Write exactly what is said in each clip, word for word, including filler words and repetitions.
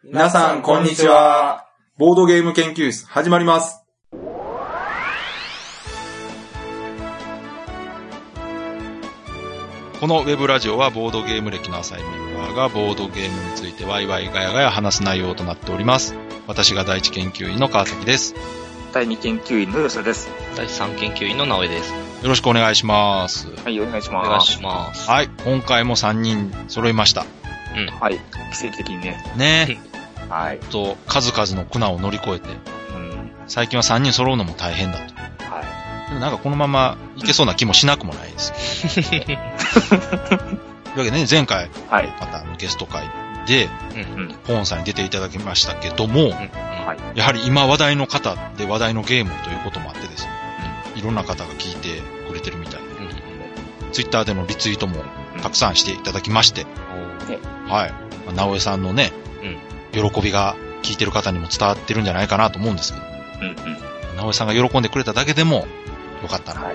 皆さん、こんにちは。ボードゲーム研究室、始まります。 このウェブラジオはボードゲーム歴の浅いメンバーがボードゲームについてワイワイガヤガヤ話す内容となっております。私が第一研究員の川崎です。 第二研究員の吉田です。 第三研究員の直江です。 よろしくお願いします。 はい、お願いします。 お願いします。 はい、今回もさんにん揃いました。 うん。はい、奇跡的にね。 ねえ。はい。 と、数々の苦難を乗り越えて、うん、最近はさんにん揃うのも大変だと。はい。でもなんかこのままいけそうな気もしなくもないです。というわけでね、前回、はい、またゲスト会で、うんうん、ポーンさんに出ていただきましたけども、うんうん、やはり今話題の方で話題のゲームということもあってですね、うん、いろんな方が聞いてくれてるみたいで、うん、ツイッターでのリツイートもたくさんしていただきまして、うん、はい。まあ、直江さんのね、うん、喜びが聞いてる方にも伝わってるんじゃないかなと思うんですけど、うんうん、直江さんが喜んでくれただけでもよかったな。はい、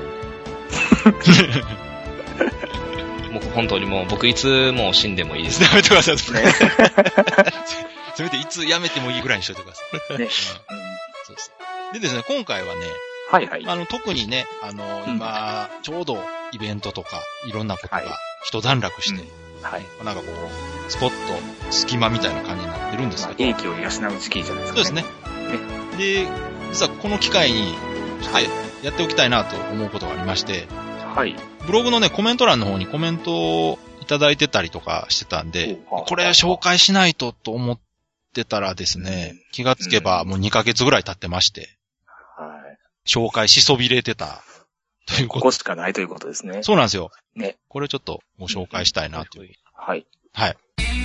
もう本当にもう僕いつもう死んでもいいです。 やめてください。ね、せめていつやめてもいいぐらいにしといてください。ね、うん、そうです。でですね、今回はね、はいはい。あの、特にね、あの、うん、今、ちょうどイベントとか、いろんなことが一段落して、うん、はい。なんかこう、スポット、隙間みたいな感じになってるんですけど。 まあ、英気を養う時期じゃないですかね。 そうですね。ね。で、実はこの機会に、はい。やっておきたいなと思うことがありまして、はい。ブログのね、コメント欄の方にコメントをいただいてたりとかしてたんで、これ紹介しないとと思ってたらですね、気がつけばもうにかげつぐらい経ってまして、はい。紹介しそびれてたということ。 ここしかないということですね。 そうなんですよ。ね。これちょっとご紹介したいなという。はい。はい。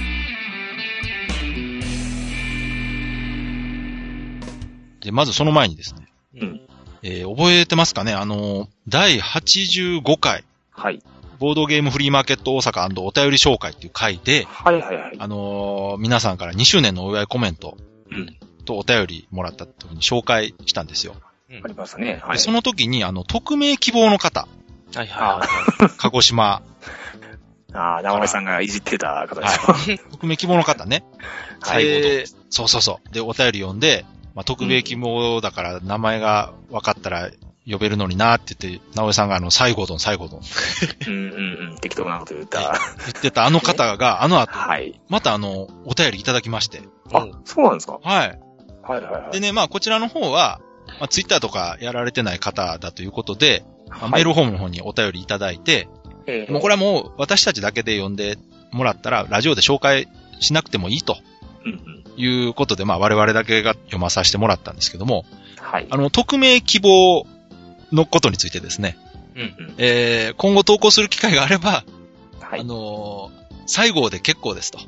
で、まずその前にですね。うん。えー、覚えてますかね、あの、だいはちじゅうごかい。はい。ボードゲームフリーマーケット大阪&お便り紹介っていう回で、はいはいはい。あのー、皆さんからにしゅうねんのお祝いコメント、うん。とお便りもらった時に紹介したんですよ。 うん。ありましたね。 はい。で、その時に、あの、匿名希望の方。はいはい。鹿児島。 ああ、直江さんがいじってた方ですよ。はい。 匿名希望の方ね。はい。えー、そうそうそう。で、お便り読んで、まあ、匿名希望だから名前が分かったら呼べるのになって言って、直江さんがあの、西郷どん、西郷どん。 うんうんうん。適当なこと言った。言ってたあの方が、あの後、はい。またあの、お便りいただきまして。 あ、そうなんですか？ はい。はいはいはい。でね、まあこちらの方は、まあツイッターとかやられてない方だということで、まあ、メールフォームの方にお便りいただいて、はい、もうこれはもう私たちだけで読んでもらったら、ラジオで紹介しなくてもいいと。うんうん。いうことで、まあ我々だけが読まさせてもらったんですけども、はい。あの、匿名希望のことについてですね、うんうん。えー、今後投稿する機会があれば、はい。あのー、西郷で結構ですと。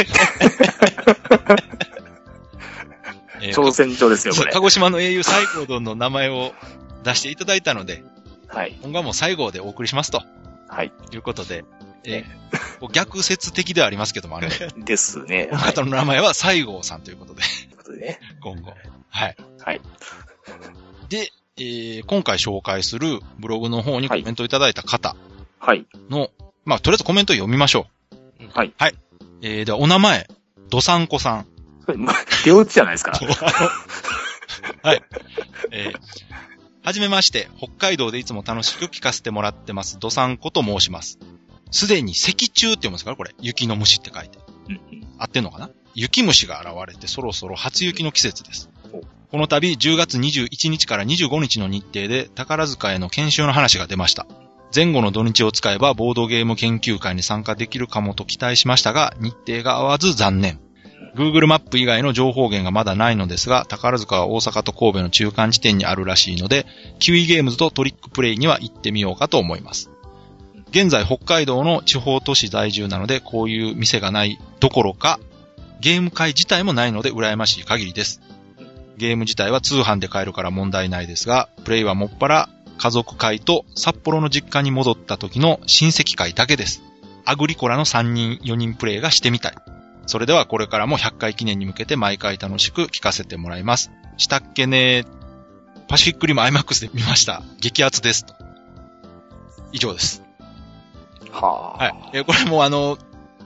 挑戦状ですよ、これ。 鹿児島の英雄西郷どんの名前を出していただいたので、はい。今後はもう西郷でお送りしますと。はい。いうことで、えー、逆説的ではありますけども、あれ。 ですね。 この方の名前は西郷さんということで。ということでね。今後。はい。はい。で、えー、今回紹介するブログの方にコメントいただいた方。はい。の、まあ、とりあえずコメント読みましょう。はい。はい。えー、では、お名前、どさんこさん。 ま、出落ちじゃないですか。 はい。えー、はじめまして、北海道でいつも楽しく聞かせてもらってます、どさんこと申します。すでに石柱って読むんですかこれ。雪の虫って書いて。うんうん、合ってんのかな雪虫が現れてそろそろ初雪の季節です。この度じゅうがつにじゅういちにちからにじゅうごにちの日程で宝塚への研修の話が出ました。前後の土日を使えばボードゲーム研究会に参加できるかもと期待しましたが、日程が合わず残念。Google マップ以外の情報源がまだないのですが、宝塚は大阪と神戸の中間地点にあるらしいので、キウイゲームズとトリックプレイには行ってみようかと思います。現在北海道の地方都市在住なので、こういう店がないどころか、ゲーム会自体もないので羨ましい限りです。ゲーム自体は通販で買えるから問題ないですが、プレイはもっぱら家族会と札幌の実家に戻った時の親戚会だけです。アグリコラのさんにんよにんプレイがしてみたい。それではこれからもひゃっかい記念に向けて毎回楽しく聞かせてもらいます。したっけねパシフィックリム アイマックス で見ました。激アツですと。以上です。はあ。はい。えー、これもあの、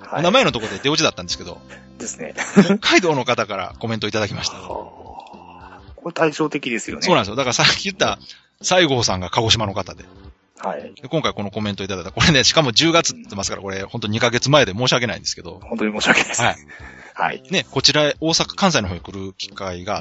お名前のところで出落ちだったんですけど。 ですね。 北海道の方からコメントいただきました。 これ対照的ですよね。 そうなんですよ。だからさっき言った西郷さんが鹿児島の方で。 はい。 で今回このコメントいただいた。これね、しかもじゅうがつって言ってますから、これ本当にかげつまえで申し訳ないんですけど。 本当に申し訳ないです。 はい。 はい。 ね、こちら大阪、関西の方に来る機会があって、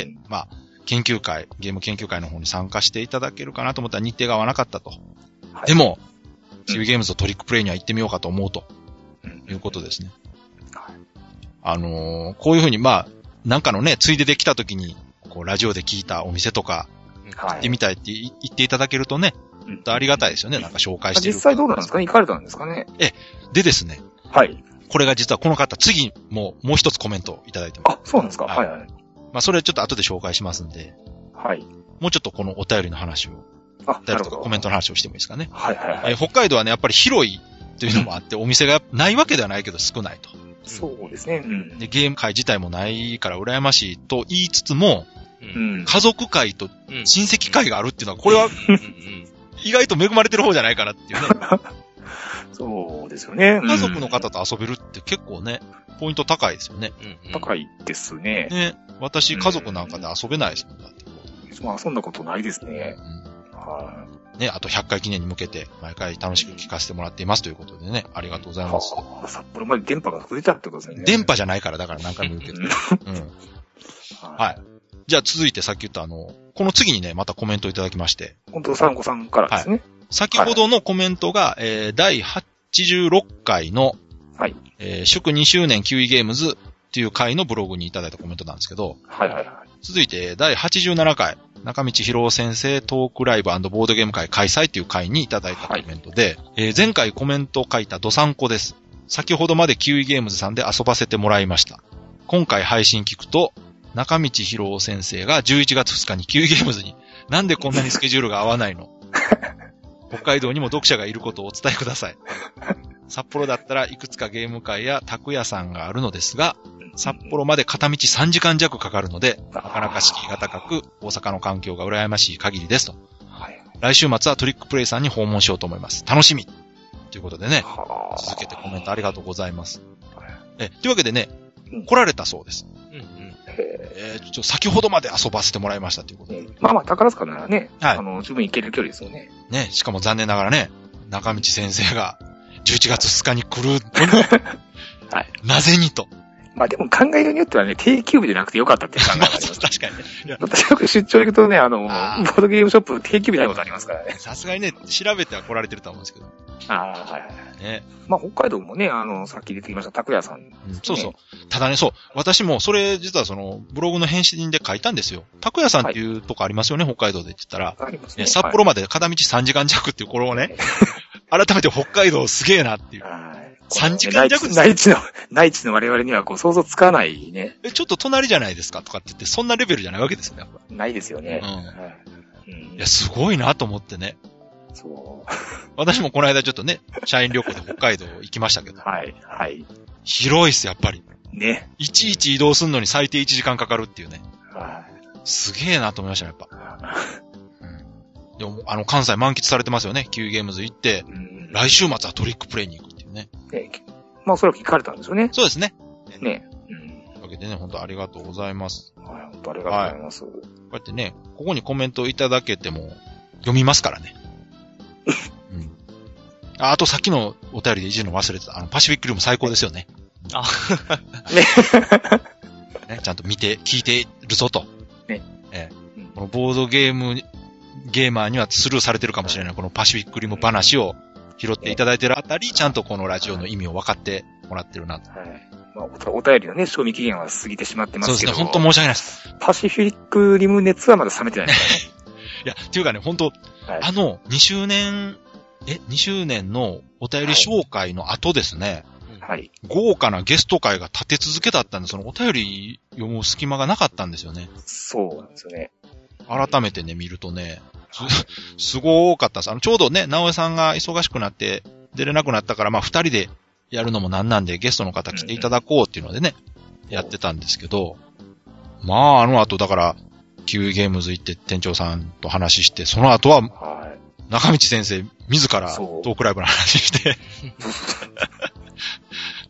うんうん、 まあ、研究会、ゲーム研究会の方に参加していただけるかなと思ったら日程が合わなかったと。はい、でも、キウイゲームズとトリックプレイには行ってみようかと思うと。いうことですね。はい、あのー、こういうふうに、まあ、なんかのね、ついでで来た時に、こう、ラジオで聞いたお店とか、行ってみたいって言っていただけるとね、はい、ありがたいですよね。なんか紹介してる。 実際どうなんですかね？行かれたんですかね？ え、でですね。 はい。 これが実はこの方、次ももう一つコメントをいただいてます。 あ、そうなんですか？はい、はい、はい。 まあ、それちょっと後で紹介しますんで。 はい。 もうちょっとこのお便りの話を。 あ、 なるほど。コメントの話をしてもいいですかね。 はい、はい、はい。 えー、北海道はね、やっぱり広いというのもあって、うん、お店がないわけではないけど少ないと。 そうですね。うん、 で、ゲーム会自体もないから羨ましいと言いつつも、 うん、 家族会と親戚会があるっていうのは、これは、意外と恵まれてる方じゃないかなっていうね。 そうですよね。 家族の方と遊べるって結構ね、ポイント高いですよね。 高いですね。 ね。私、家族なんかで遊べないですもんだって。 まあ、遊んだことないですね。 うん、はい。ね、あとひゃっかい記念に向けて、毎回楽しく聞かせてもらっていますということでね、ありがとうございます。 はあ、札幌まで電波が増えたってことですね。 電波じゃないから、だから何回も言うけど。うん。はい。じゃあ続いてさっき言ったあの、この次にね、またコメントいただきまして。 本当、サンコさんからですね。はい、 先ほどのコメントが、えー、だいはちじゅうろっかいの、 はい。 えー、祝にしゅうねんキウイゲームズっていう回のブログにいただいたコメントなんですけど。 はいはいはい。 続いて、だいはちじゅうななかい、中道博夫先生トークライブ&ボードゲーム会開催っていう回にいただいたコメントで、はい、えー、前回コメントを書いたドサンコです。先ほどまでキウイゲームズさんで遊ばせてもらいました。今回配信聞くと、中道博夫先生がじゅういちがつふつかにキウイゲームズに、なんでこんなにスケジュールが合わないの北海道にも読者がいることをお伝えください。札幌だったらいくつかゲーム会や宅屋さんがあるのですが、札幌まで片道さんじかんじゃくかかるので、なかなか敷居が高く、大阪の環境が羨ましい限りですと。はい、来週末はトリックプレイさんに訪問しようと思います。楽しみということでね、続けてコメントありがとうございます。え、というわけでね、来られたそうです。うんうん、えー、ちょ先ほどまで遊ばせてもらいましたということで。 まあまあ、宝塚ならね、はい、あの、十分行ける距離ですよね。 ね、しかも残念ながらね、中道先生がじゅういちがつふつかに来るのに、はい、なぜにと。 まあでも考えようによってはね、定休日でなくてよかったっていう考えがあります。 確かにね。 私よく出張行くとね、あの、ボードゲームショップ定休日ないことありますからね。 さすがにね、調べては来られてると思うんですけど。 ああ、はいはい。 ね。 まあ北海道もね、あの、さっき出てきました拓也さん、ねうん。そうそう。ただね、そう。私もそれ実はその、ブログの返信で書いたんですよ。拓也さんっていうとこありますよね、はい、北海道でって言ったら。 ありますね。 札幌まで片道さんじかんじゃくっていうこれをね、改めて北海道すげえなっていう。さんじかんじゃくです。 内地の、内地の我々にはこう想像つかないね。 え、ちょっと隣じゃないですかとかって言って、そんなレベルじゃないわけですよね、やっぱ。 ないですよね。 うん。うん、いや、すごいなと思ってね。 そう。 私もこの間ちょっとね、社員旅行で北海道行きましたけど。 はい、はい。 広いっす、やっぱり。 ね。 いちいち移動するのに最低いちじかんかかるっていうね。 はい。 すげえなと思いましたね、やっぱ。うん。でも、あの、関西満喫されてますよね、キウイゲームズ行って、うん、来週末はトリックプレイに行くっていうね。 ね、まあ、それは聞かれたんですよね。 そうですね。 ね。 うん。というわけでね、本当ありがとうございます。 はい、本当ありがとうございます。はい、 こうやってね、ここにコメントいただけても、読みますからね。うん。あ、あとさっきのお便りでいじるの忘れてた。あの、パシフィックリム最高ですよね。 あ、 ね。ね、ちゃんと見て、聞いてるぞと。 ね。 ええ。このボードゲーム、ゲーマーにはスルーされてるかもしれない、このパシフィックリム話を拾っていただいてるあたり、ちゃんとこのラジオの意味を分かってもらってるなと。はい。 まあ、お便りのね、賞味期限は過ぎてしまってますけど。 そうですね、本当申し訳ないです。 パシフィックリム熱はまだ冷めてないですからね。 いや、っていうかね、本当、はい、あの、にしゅうねん、え、にしゅうねんのお便り紹介の後ですね。 はい。 豪華なゲスト会が立て続けだったんで、そのお便り読む隙間がなかったんですよね。 そうなんですよね。 改めてね、見るとね、す、すごかったです。あの、ちょうどね、直江さんが忙しくなって出れなくなったから、まあ、二人でやるのもなんなんで、ゲストの方来ていただこうっていうのでね、うんうん、やってたんですけど、まあ、あの後、だから、キウイゲームズ行って店長さんと話して、その後は、はい、中道先生自らトークライブの話して、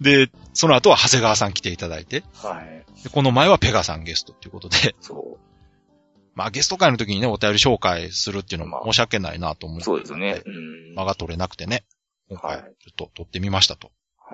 で、その後は長谷川さん来ていただいて、 はい。 でこの前はペガさんゲストということで、 そう。 まあゲスト会の時にね、お便り紹介するっていうのも申し訳ないなと思う。 そうですね。うん。 間が取れなくてね、今回、ちょっと撮ってみましたと。 はい。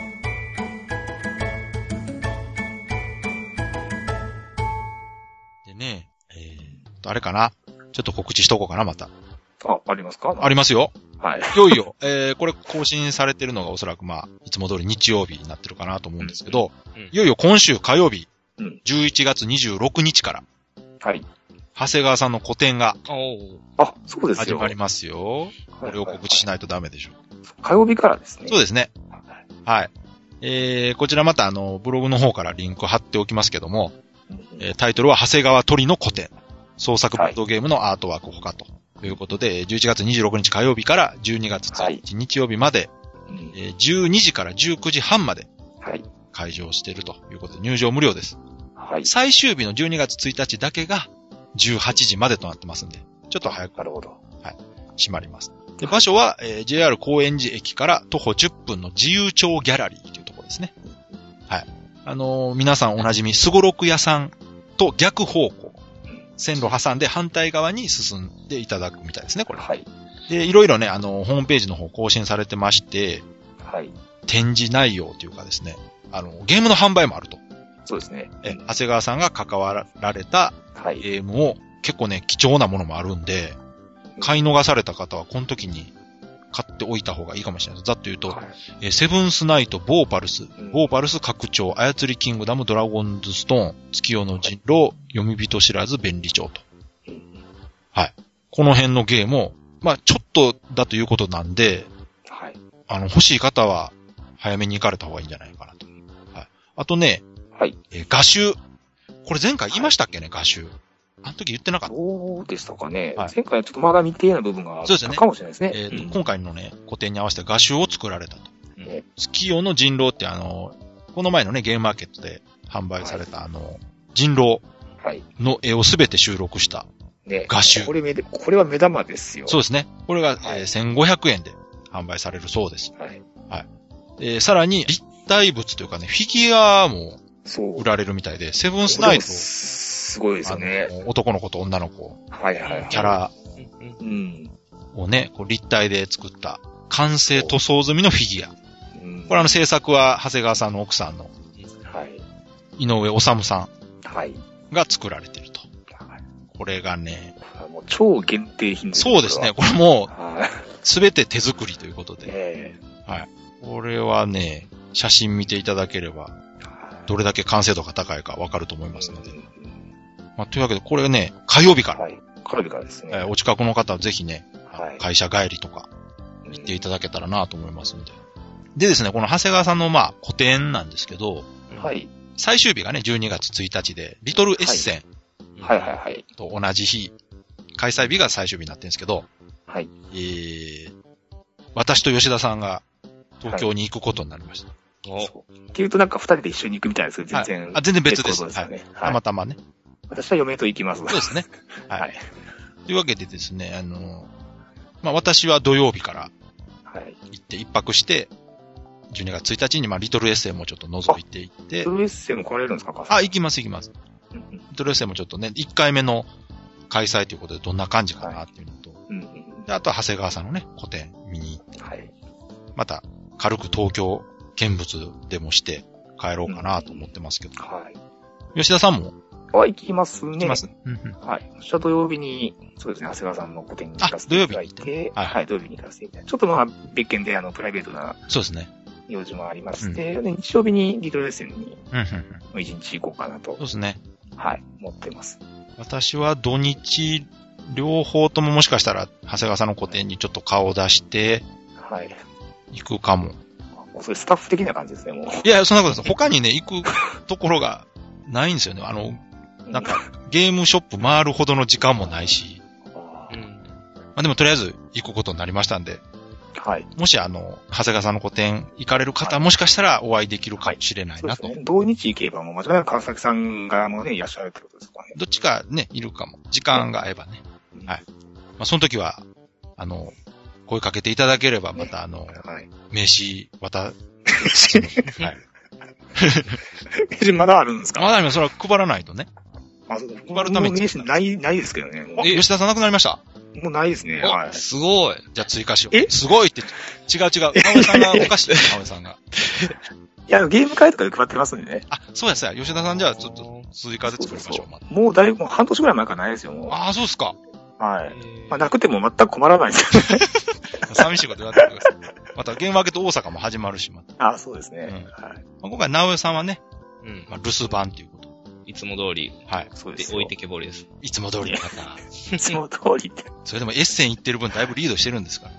でね、えー、あれかな。ちょっと告知しとこうかな、また。 あ、ありますか？ ありますよ。 はい。 いよいよ、えー、これ更新されてるのがおそらくまあ、いつも通り日曜日になってるかなと思うんですけど、 うん、 いよいよ今週火曜日、 うん、 じゅういちがつにじゅうろくにちから、 はい。 長谷川さんの個展が、 あ、そうですよ。 始まりますよ。これを告知しないとダメでしょ。 火曜日からですね。 そうですね。はい。えー、こちらまたあの、ブログの方からリンク貼っておきますけども、えー、タイトルは長谷川鳥の個展。創作ボードゲームのアートワーク他ということで、じゅういちがつにじゅうろくにち火曜日からじゅうにがつついたち日曜日まで、はい、えー、じゅうにじからじゅうくじはんまで開場しているということで、入場無料です。はい。最終日のじゅうにがつついたちだけがじゅうはちじまでとなってますんで、ちょっと早く。 なるほど。 はい。閉まります。で、場所は、えー、ジェイアール 高円寺駅から徒歩じゅっぷんの自由町ギャラリーというところですね。はい。あのー、皆さんおなじみ、すごろく屋さんと逆方向。線路挟んで反対側に進んでいただくみたいですね、これ。はい。で、いろいろね、あの、ホームページの方更新されてまして、 はい。 展示内容というかですね、あの、ゲームの販売もあると。 そうですね。 え、長谷川さんが関わられたゲームを、結構ね、貴重なものもあるんで、買い逃された方はこの時に買っておいた方がいいかもしれないです。ざっと言うと、はい、えセブンスナイト、ボーパルス、うん、ボーパルス拡張、操りキングダム、ドラゴンズストーン、月夜の人狼、はい、読み人知らず、便利帳と。うん、はい。この辺のゲームを、まあちょっとだということなんで、はい。あの、欲しい方は早めに行かれた方がいいんじゃないかなと。はい。あとね、はい。えー、画集。これ前回言いましたっけね、はい、画集。あの時言ってなかった。 どうでしたかね。はい、前回はちょっとまだ未定な部分があったかもしれないですね。 えーとうん、今回のね、個展に合わせて画集を作られたと。うん、月夜の人狼ってあの、この前のね、ゲームマーケットで販売された、はい、あの、人狼の絵をすべて収録した画集。 ね、これめで、これは目玉ですよ。 そうですね。これが、はい、えー、せんごひゃくえんで販売されるそうです。はい。はい。えー、さらに立体物というかね、フィギュアも売られるみたいで、セブンスナイト。 すごいですよね。 男の子と女の子。 はいはいはい。 キャラをね、こう立体で作った完成塗装済みのフィギュア。これあの制作は長谷川さんの奥さんの、はい、井上治さんが作られていると。はい、これがね、 もう超限定品です。 そうですね。これもすべて手作りということで。はい。これはね、写真見ていただければ、どれだけ完成度が高いかわかると思いますので。まあ、というわけで、これね、火曜日から。はい。 火曜日からですね。 えー、お近くの方はぜひね、はい、会社帰りとか、行っていただけたらなと思いますんで。でですね、この長谷川さんのまあ、個展なんですけど、はい。最終日がね、じゅうにがつついたちで、リトルエッセン。 はいはいはい。 と同じ日、開催日が最終日になってるんですけど、 はい。 えー、私と吉田さんが東京に行くことになりました。 はい、っていうとなんか二人で一緒に行くみたいですけど、全然、はい。 あ、全然別です。ですね、はい。たまたまね。 私は嫁と行きます。 そうですね。はい。はい、というわけでですね、あの、まあ、私は土曜日から行って一泊して、じゅうにがつついたちにまあ、リトルエッセンもちょっと覗いていって。 リトルエッセンも来られるんですか？ あ、行きます行きます。リトルエッセンもちょっとね、いっかいめの開催ということでどんな感じかなっていうのと、はいうん、であとは長谷川さんのね、個展見に行って、はい、また軽く東京見物でもして帰ろうかなと思ってますけど。うんはい、吉田さんもは行きますね。 行きます。 うんうん、はい。私は土曜日に、そうですね、長谷川さんの個展に行かせていただいて、はい、はい、土曜日に行かせていただいて、ちょっとまあ、別件であの、プライベートな、 そうですね。 用事もありまして、うん、で日曜日にリトルレッスンに、 うんうん、一日行こうかなと。 そうですね。 はい、思ってます。 私は土日、両方とももしかしたら、長谷川さんの個展にちょっと顔を出して、はい。行くかも。 それスタッフ的な感じですね、もう。 いや、そんなことです。他にね、行くところがないんですよね。あの、なんか、ゲームショップ回るほどの時間もないし。うん。まあでもとりあえず行くことになりましたんで。はい。もしあの、長谷川さんの個展行かれる方、はい、もしかしたらお会いできるかもしれないなと。 はい、そうですね。同日行けばもう間違いなく川崎さんがもうね、いらっしゃるってことですかね。 どっちかね、いるかも。時間が合えばね。うん、はい。まあその時は、あの、声かけていただければまたあの、ねはい、名刺渡はい。名刺まだあるんですか？ まだあります。それは配らないとね。 あ、そう、 配るために。 名刺ない、ないですけどね。 え、吉田さん亡くなりました？ もうないですね。はい。 すごい。 じゃあ追加しよう。 えすごいって、違う違う。青江さんがおかしい。青江さんが。 いや、ゲーム会とかで配ってますんでね。 あ、そうやそうや。吉田さんじゃあちょっと追加で作りましょう。 そうそうそう、もうだいぶ、もう半年ぐらい前からないですよ、もう。 ああ、そうっすか。 はい。まあ、なくても全く困らないですよね。 寂しいこと言われてください。また、ゲームマーケット大阪も始まるし、また。 あ、そうですね。うん、はい。 まあ、今回、直江さんはね、うん。まあ、留守番っていうこと。 いつも通り。 はい。 そうです。置いてけぼりです。 いつも通りまた。 いつも通りって。 それでもエッセン行ってる分だいぶリードしてるんですから。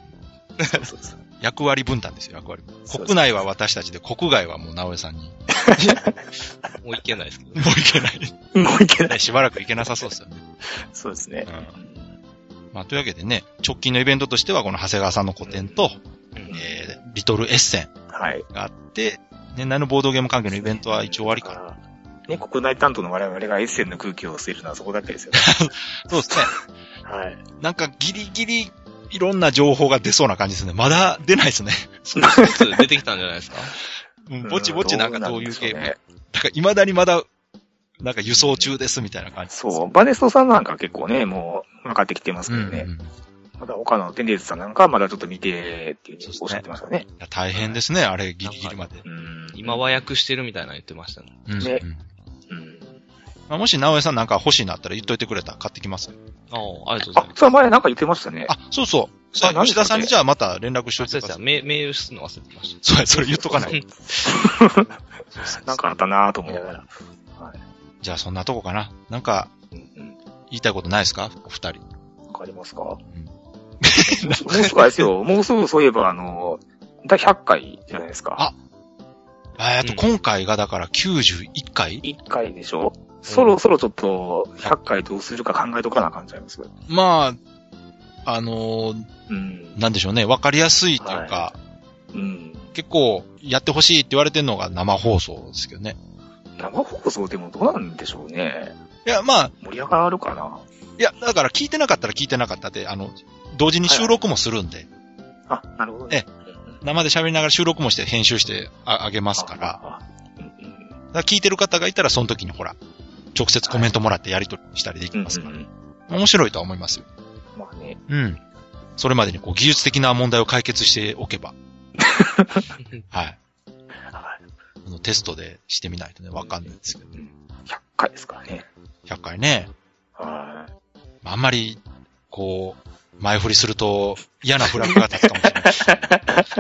そうそうそう。役割分担ですよ、役割。国内は私たちで、国外はもう直江さんに。 もう行けないですけど、 ね。もう行けない。 もう行けない。 しばらく行けなさそうですよね。 そうですね。 うんまあ、というわけでね、直近のイベントとしては、この長谷川さんの個展と、うん、えー、リトルエッセンがあって、はい、年内のボードゲーム関係のイベントは一応終わりかな。 ね、国内担当の我々がエッセンの空気を吸えるのはそこだけですよね。 そうですね。 はい。 なんかギリギリいろんな情報が出そうな感じですね。まだ出ないですね。 少しずつ出てきたんじゃないですか。 うん、ぼちぼちなんかどういうゲーム。だから未だにまだ、なんか輸送中ですみたいな感じ。 そう、バネストさんなんか結構ね、もう分かってきてますけどね。うんうん、まだ他のテンデイズさんなんかはまだちょっと見てっていうおっしゃってましたね。 いや大変ですね、あれギリギリまで。 うん、今和訳してるみたいなの言ってましたね。 うん、 ね。 うんまあ、もし直江さんなんか欲しいなったら言っといてくれたら買ってきます。 ああ、ありがとうございます。 あ、それ前なんか言ってましたね。 あ、そうそう。さあ、吉田さんにじゃあまた連絡しといてください。 メールするの忘れてました。 そうや、それ言っとかない。 なんかあったなぁと思いながら。 はい、じゃあそんなとこかな。なんか、言いたいことないですかお二人。 わかりますか、うん、もうすぐですよ。もうすぐそういえばあの、だいひゃっかいじゃないですか。 あえっと、うん、今回がだからきゅうじゅういっかい ?いっ回でしょ、うん、そろそろちょっとひゃっかいどうするか考えとかなあかんちゃいます。 まあ、あのー、うん、なんでしょうね。わかりやすいというか、はい、うん、結構やってほしいって言われてるのが生放送ですけどね。 生放送でもどうなんでしょうね。 いや、まあ。 盛り上がるかな。 いや、だから聞いてなかったら聞いてなかったで、あの、同時に収録もするんで。はい、 あ、なるほどね。 ええ。生で喋りながら収録もして編集してああげますから。だから聞いてる方がいたらその時にほら、直接コメントもらってやり取りしたりできますから。はい、面白いとは思いますよ。 まあね。 うん。それまでにこう技術的な問題を解決しておけば。はい。テストでしてみないとね、わかんないですけど。 ひゃっかいですからね。 ひゃっかいね。はい。あんまり、こう、前振りすると嫌なフラグが立つかもしれない。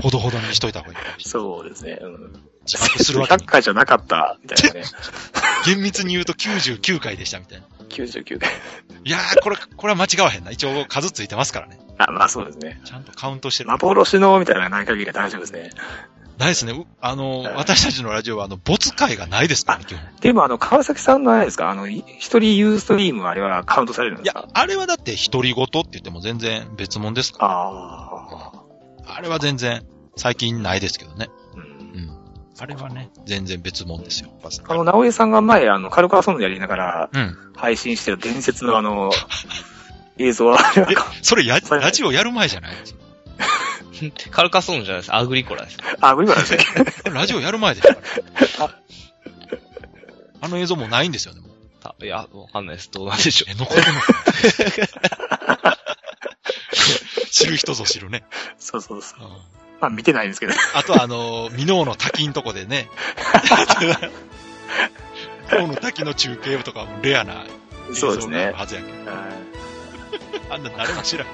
ほどほどにしといた方がいい。 そうですね。うん。 自白するわけに。 ひゃっかいじゃなかった、みたいなね。 厳密に言うときゅうじゅうきゅうかいでしたみたいな。 きゅうじゅうきゅうかい。 いやー、これ、これは間違わへんな。一応数ついてますからね。 あ、まあそうですね。 ちゃんとカウントしてる。 幻のみたいなのがない限り大丈夫ですね。 ないですね。あの、私たちのラジオは、あの、没回がないですからね、基本。 でも、あの、川崎さんのあれですか、あの、一人ユーストリームあれはカウントされるんですか？ いや、あれはだって独り言って言っても全然別物ですから。ああ。あれは全然、最近ないですけどね。うん。うん。あれはね、全然別物ですよ。 あの、直江さんが前、あの、カルカーソンドやりながら、うん。配信してる伝説のあの、映像は、 え、それや、ラジオやる前じゃないですか？ カルカソンじゃないです。アグリコラです。 アグリコラですね。 ラジオやる前でしたから。あの映像もないんですよね。 いや、わかんないです。どうなんでしょう。 え、残ってんのか知る人ぞ知るね。 そうそうそう。うん、まあ見てないんですけど。 あとあの、ミノーの滝のとこでね。ミノーの滝の中継とかもレアな映像があるはずやけど。あんな誰も知らん。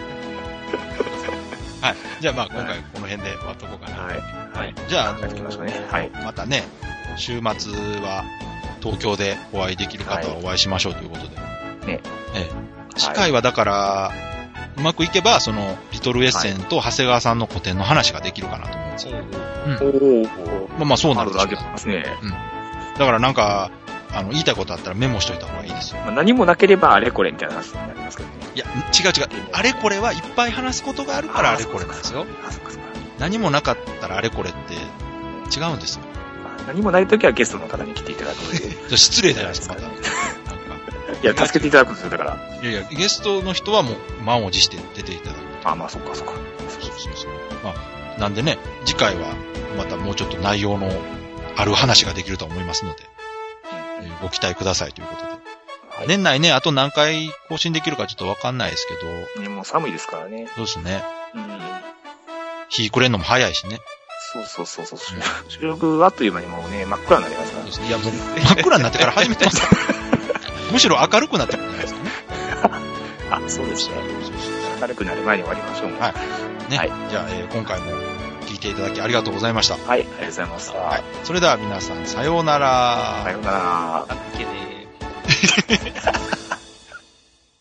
はい。じゃあまあ今回この辺で終わっとこうかな。はい。はい。じゃあ、あのーねはい、またね、週末は東京でお会いできる方はお会いしましょうということで。はい、ね。ええ。次回はだから、うまくいけば、その、リトルエッセンと長谷川さんの個展の話ができるかなと思うんですよ。はい、うん。まあまあそうなんですよ。 ますね。 うん。だからなんか、あの、言いたいことあったらメモしといた方がいいですよ。 まあ、何もなければあれこれみたいな話になりますけどね。 いや、違う違う。あれこれはいっぱい話すことがあるからあれこれなんですよ。何もなかったらあれこれって違うんですよ。 何もないときはゲストの方に来ていただくので。失礼じゃないですか、また。なんかいや、助けていただくんですよ、だから。 いやいや、ゲストの人はもう満を持して出ていただく。 あ、まあ、そっかそっか。 そうそうそう。まあ、 なんでね、次回はまたもうちょっと内容のある話ができると思いますので、えー、ご期待くださいということで。はい、年内ね、あと何回更新できるかちょっとわかんないですけど。 ね、もう寒いですからね。 そうですね。 うん。 日暮れんのも早いしね。 そうそうそうそう。収録あっという間にもうね、真っ暗になりますから。そうですね。 いや、もう真っ暗になってから始めてます。むしろ明るくなってくるんじゃないですかね。 あ、そうですね。明るくなる前に終わりましょう。 はい。ね。はい、じゃあ、えー、今回も聞いていただきありがとうございました。 はい、ありがとうございました。はい。 それでは皆さん、さようなら。 さようなら。 あっけねー。